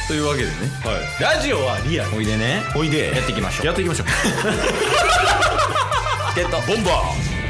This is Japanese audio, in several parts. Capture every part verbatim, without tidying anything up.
というわけでね、 はい、ラジオはリアル。 おいでね、 おいでやっていきましょう。 やっていきましょうゲットボンバー。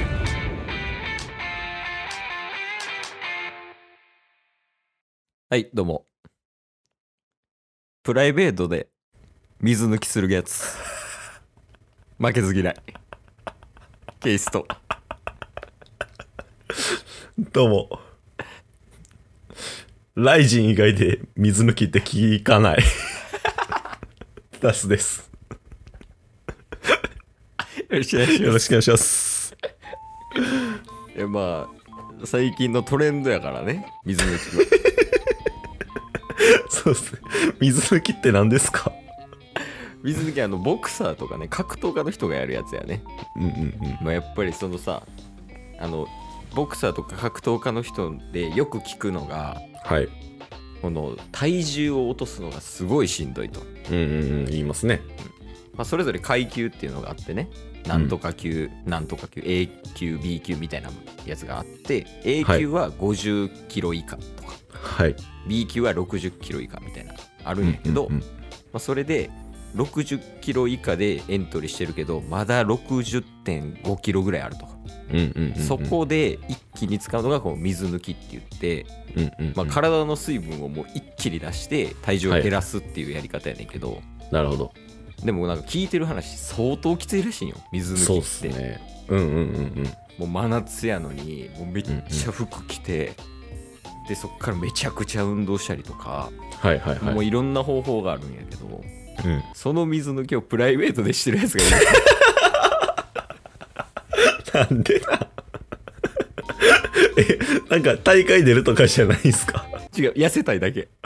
はい、どうも。プライベートで水抜きするやつ負けず嫌いケイスト。 どうも。ライジン以外で水抜きって聞かないダスです。 よろしくお願いします。 よろしくお願いします。 いや、まあ最近のトレンドやからね、水抜きはそうですね。水抜きって何ですか？ 水抜きはあのボクサーとかね、格闘家の人がやるやつやね。 うんうんうん。 まあやっぱりそのさ、あのボクサーとか格闘家の人でよく聞くのが、 はい、 この体重を落とすのがすごいしんどいと。 うんうんうん、言いますね。 まあ、それぞれ階級っていうのがあってね、なんとか級、うん、なんとか級、A 級、B 級みたいなやつがあって、A 級はごじゅっキロ以下とか、 はい、 B 級はろくじゅっキロ以下みたいなあるんやけど、うんうんうん、まあ、それでろくじゅっキロ以下でエントリーしてるけど、まだ ろくじゅってんご キロぐらいあると、うんうんうんうん、そこで一気に使うのがこの水抜きって言って、うんうんうん、まあ、体の水分をもう一気に出して体重を減らすっていうやり方やねんけど、はい、 なるほど。 でもなんか聞いてる話相当きついらしいんよ、水抜きって。 そうっすね。うんうんうんうん。 もう真夏やのにもうめっちゃ服着て、うんうん、でそっからめちゃくちゃ運動したりとか、 はいはいはい、 もういろんな方法があるんやけど、 うん、 その水抜きをプライベートでしてるやつがいるなんでなえ、なんか大会出るとかじゃないんすか？ 違う、痩せたいだけ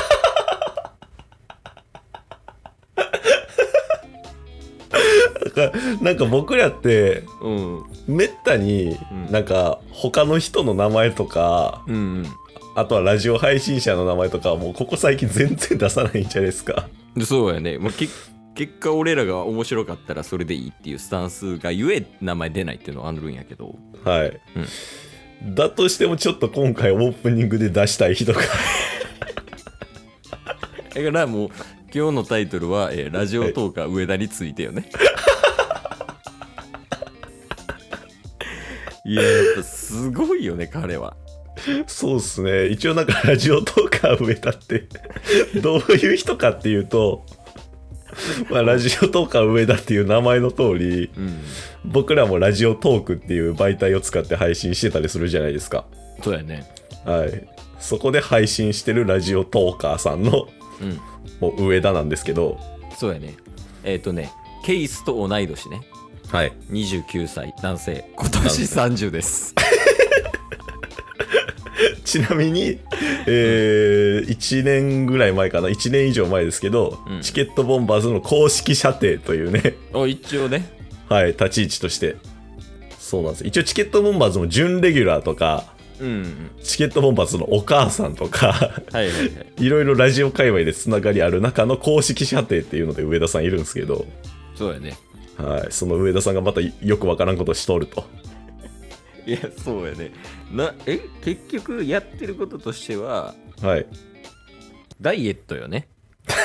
なんか僕らって、 うん、 めったになんか他の人の名前とか、うんうん、あとはラジオ配信者の名前とかもうここ最近全然出さないんじゃないですか。 そうやね、もうけ結果俺らが面白かったらそれでいいっていうスタンスがゆえ名前出ないっていうのはあるんやけど、 はい、うん、だとしてもちょっと今回オープニングで出したい人がだからもう今日のタイトルは、えー、ラジオトーカー上田についてよね、はい、いややっぱすごいよね彼は。 そうっすね。一応なんかラジオトーカー上田ってどういう人かっていうと、まあ、ラジオトーカー上田っていう名前の通り、うん、僕らもラジオトークっていう媒体を使って配信してたりするじゃないですか。 そうやね。 はい。そこで配信してるラジオトーカーさんの、うん、もう上田なんですけど。 そうやね。えっ、ー、とね、ケイスと同い年ね。 はい。 にじゅうきゅうさい男性、今年さんじゅうですちなみに、えー、いちねんぐらい前かな、いちねん以上前ですけど、うん、チケットボンバーズの公式射程というね、 お一応ね、はい、 立ち位置として、そうなんです。一応チケットボンバーズの準レギュラーとか、うんうん、チケットボンバーズのお母さんとか、はいはいはい、いろいろラジオ界隈でつながりある中の公式射程っていうので上田さんいるんですけど、 そうやね。 はい、その上田さんがまたよくわからんことしとると。 いや、そうやね。な、え、結局やってることとしては、 はい。 ダイエットよね。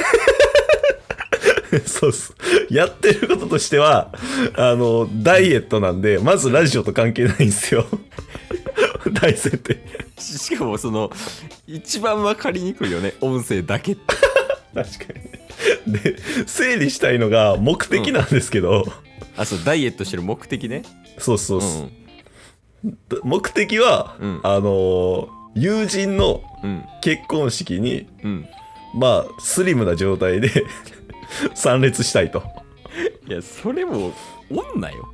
そうっす。やってることとしては、あの、ダイエットなんで、まずラジオと関係ないんですよ。大前提。 しかも、その、一番わかりにくいよね。音声だけって。 確かに。で、整理したいのが目的なんですけど。うん、 あ、そう、ダイエットしてる目的ね。 そうそうっす。うんうん、目的は、うん、あの友人の結婚式に、うん、まあスリムな状態で参列したいと。 いや、それも女よ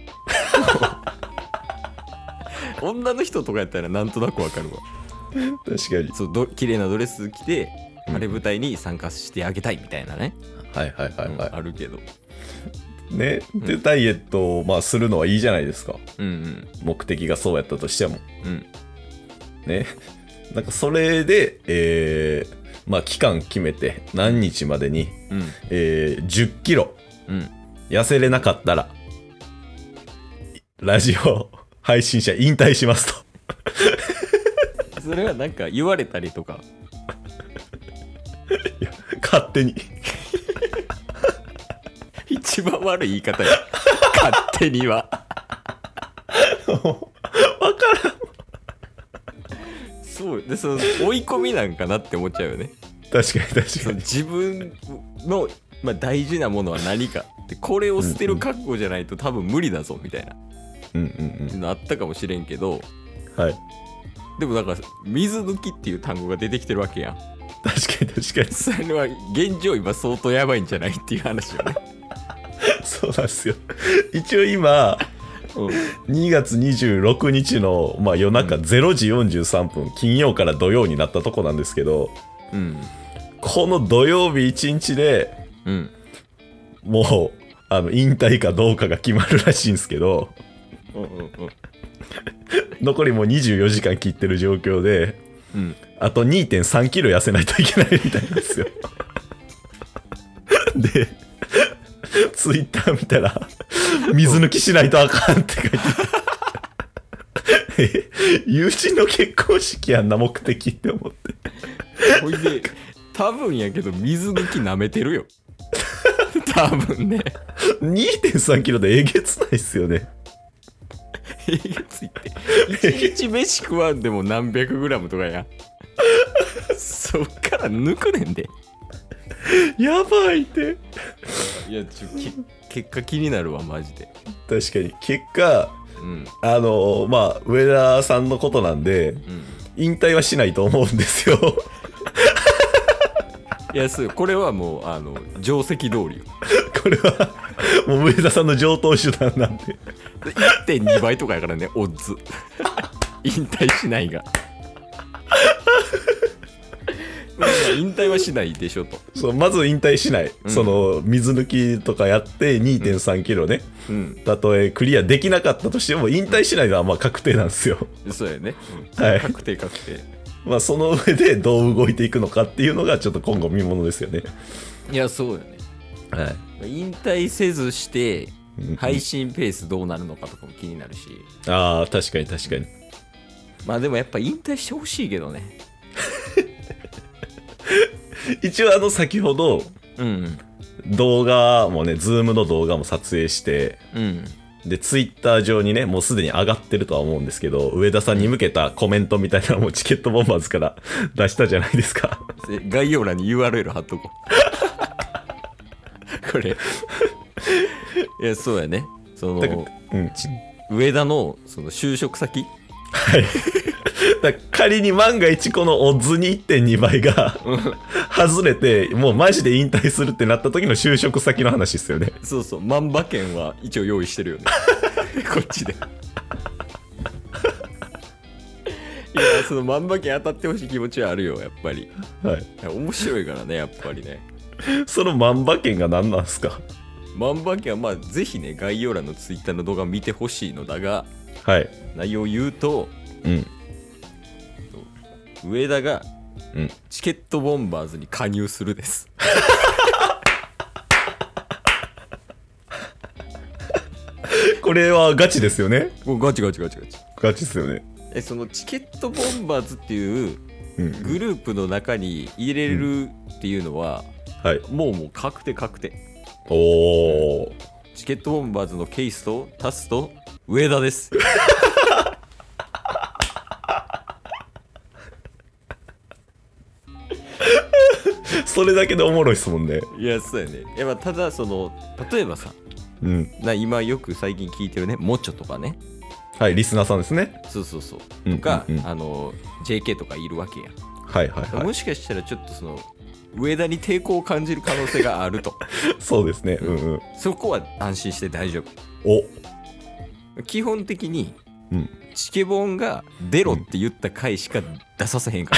女の人とかやったらなんとなくわかるわ。 確かに。 そう、ど綺麗なドレス着て晴れ舞台に参加してあげたいみたいなね、 うん、はいはいはいはい、 うん、あるけどね、で、うん、ダイエットを、まあ、するのはいいじゃないですか、うんうん、目的がそうやったとしても、うん、ね、なんかそれで、えーまあ、期間決めて何日までに、うん、えー、じゅっキロ、うん、痩せれなかったらラジオ配信者引退しますとそれはなんか言われたりとかいや勝手に一番悪い言い方や勝手には分からん。 そうで、その追い込みなんかなって思っちゃうよね。 確かに確かに。 自分の、まあ、大事なものは何かで、これを捨てる覚悟じゃないと多分無理だぞみたいな、 うんうんうん、 のあったかもしれんけど、 はい。 でもなんか水抜きっていう単語が出てきてるわけやん。 確かに確かに。 それは現状今相当やばいんじゃないっていう話よね。 そうなんですよ。一応今、うん、にがつにじゅうろくにちの、まあ、夜中れいじよんじゅうさんぷん、うん、金曜から土曜になったとこなんですけど、うん、この土曜日いちにちで、うん、もうあの引退かどうかが決まるらしいんですけど、うんうんうん、残りもうにじゅうよじかん切ってる状況で、うん、あと にてんさんキロ痩せないといけないみたいなんですよ。でツイッター見たら水抜きしないとあかんって書いてえ友人の結婚式やんな目的って思って。 ほいで多分やけど水抜き舐めてるよ多分ね。 にてんさんキロでえげつないっすよね。 えげついっていちにち飯食わんでも何百グラムとかやん。そっから抜くねんで。 やばいって。 いやちょ結果気になるわマジで。 確かに結果、うん、あのまあ上田さんのことなんで、うん、引退はしないと思うんですよ。 いやそうこれはもうあの定石通りよ。 これはもう上田さんの常套手段なんで いってんに 倍とかやからねオッズ。引退しないが。引退はしないでしょと。 そうまず引退しない、うん、その水抜きとかやって にてんさんキロね、うん、たとえクリアできなかったとしても引退しないのはまあ確定なんですよ。 そうやね、うん、はい、確定確定。 まあその上でどう動いていくのかっていうのがちょっと今後見ものですよね。 いやそうよね、はい、引退せずして配信ペースどうなるのかとかも気になるし、 うん、ああ確かに確かに。 まあでもやっぱ引退してほしいけどね。 一応あの先ほど、うんうん、動画もねズームの動画も撮影して、うん、でツイッター上にねもうすでに上がってるとは思うんですけど、上田さんに向けたコメントみたいなのもチケットボンバーズから出したじゃないですか。 概要欄に ユーアールエル 貼っとこう。これいやそうやね、その、うん、上田のその就職先、 はい。だ仮に万が一このオッズ にてんに 倍が外れてもうマジで引退するってなった時の就職先の話ですよね。 そうそう、万馬券は一応用意してるよね。こっちで。いやその万馬券当たってほしい気持ちはあるよやっぱり。はい。いや面白いからねやっぱりね。 その万馬券が何なんすか。 万馬券はまあぜひね概要欄のツイッターの動画を見てほしいのだが、 はい、 内容を言うと、うん、上田がチケットボンバーズに加入するです。 これはガチですよね。 ガチガチガチガチガチですよね。 えそのチケットボンバーズっていうグループの中に入れるっていうのは、うん、はい、もうもう確定確定。 おー、 チケットボンバーズのケイスとタスと上田です。 それだけでおもろいっすもんね。 いやそうやね。いやまあただその例えばさ、うん、な今よく最近聞いてるねモチョとかね、 はい、リスナーさんですね。 そうそうそう、うんうんうん、とか、あの ジェーケー とかいるわけやん。 はいはいはい。 もしかしたらちょっとその上田に抵抗を感じる可能性があると。 そうですね、うんうん、 そこは安心して大丈夫。お基本的に、うん、チケボンが出ろって言った回しか出させへんから、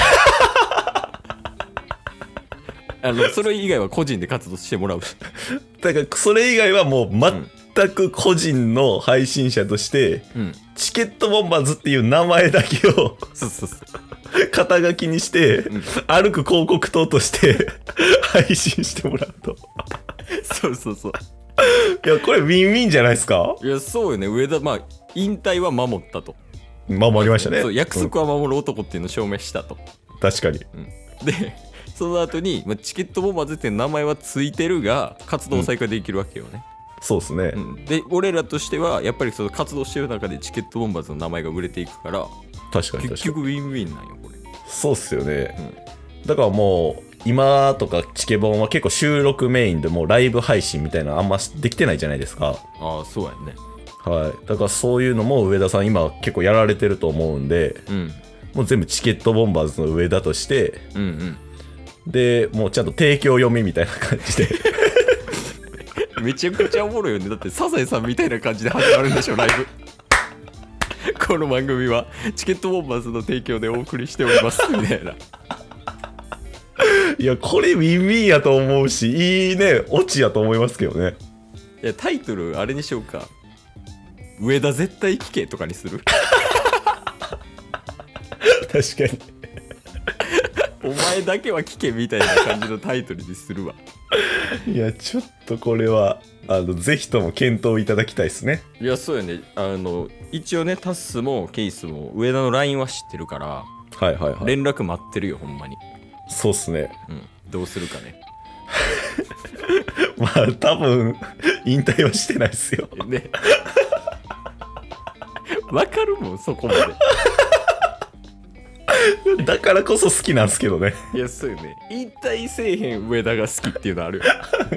うん、あのそれ以外は個人で活動してもらうし。 だからそれ以外はもう全く個人の配信者として、うん、チケットボンバーズっていう名前だけをそうそうそう肩書きにして、うん、歩く広告塔として配信してもらうと。 そうそうそう。 いやこれウィンウィンじゃないですか。 いやそうよね。上田まあ引退は守ったと。 守りましたね。 そう約束は守る男っていうのを証明したと、 うん、確かに、 うん、でその後に、まあ、チケットボンバーズって名前はついてるが活動再開できるわけよね、 うん、そうですね、 うん、で俺らとしてはやっぱりその活動してる中でチケットボンバーズの名前が売れていくから確かに結局ウィンウィンなんよこれ。 そうっすよね、うん、だからもう今とかチケボンは結構収録メインでもうライブ配信みたいなのあんまできてないじゃないですか。 ああそうやね。 はい、だからそういうのも上田さん今結構やられてると思うんで、うん、もう全部チケットボンバーズの上田として、うんうん、でもうちゃんと提供読みみたいな感じでめちゃくちゃおもろいよね。だってサザエさんみたいな感じで始まるんでしょライブこの番組はチケットボンバーズの提供でお送りしておりますみたいな。 いやこれウィンウィンやと思うしいいねオチやと思いますけどね。 いやタイトルあれにしようか、上田絶対聞けとかにする確かにお前だけは聞けみたいな感じのタイトルにするわ。 いやちょっとこれはあのぜひとも検討いただきたいですね。 いやそうやね、あの一応ねタッスもケイスも上田の ライン は知ってるから、 はいはいはい、 連絡待ってるよほんまに。 そうっすね、 うん、どうするかねまあ多分引退はしてないっすよね。わかるもんそこまでだからこそ好きなんすけどね。 いやそうよね、引退せえへん上田が好きっていうのあるよ確か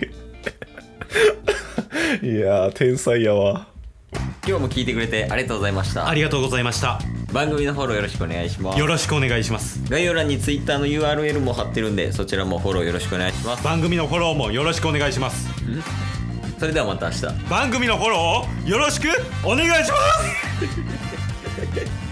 にいやー天才やわ。 今日も聞いてくれてありがとうございました。 ありがとうございました。 番組のフォローよろしくお願いします。 よろしくお願いします。 概要欄に Twitter の ユーアールエル も貼ってるんでそちらもフォローよろしくお願いします。 番組のフォローもよろしくお願いします。 それではまた明日番組のフォローをよろしくお願いします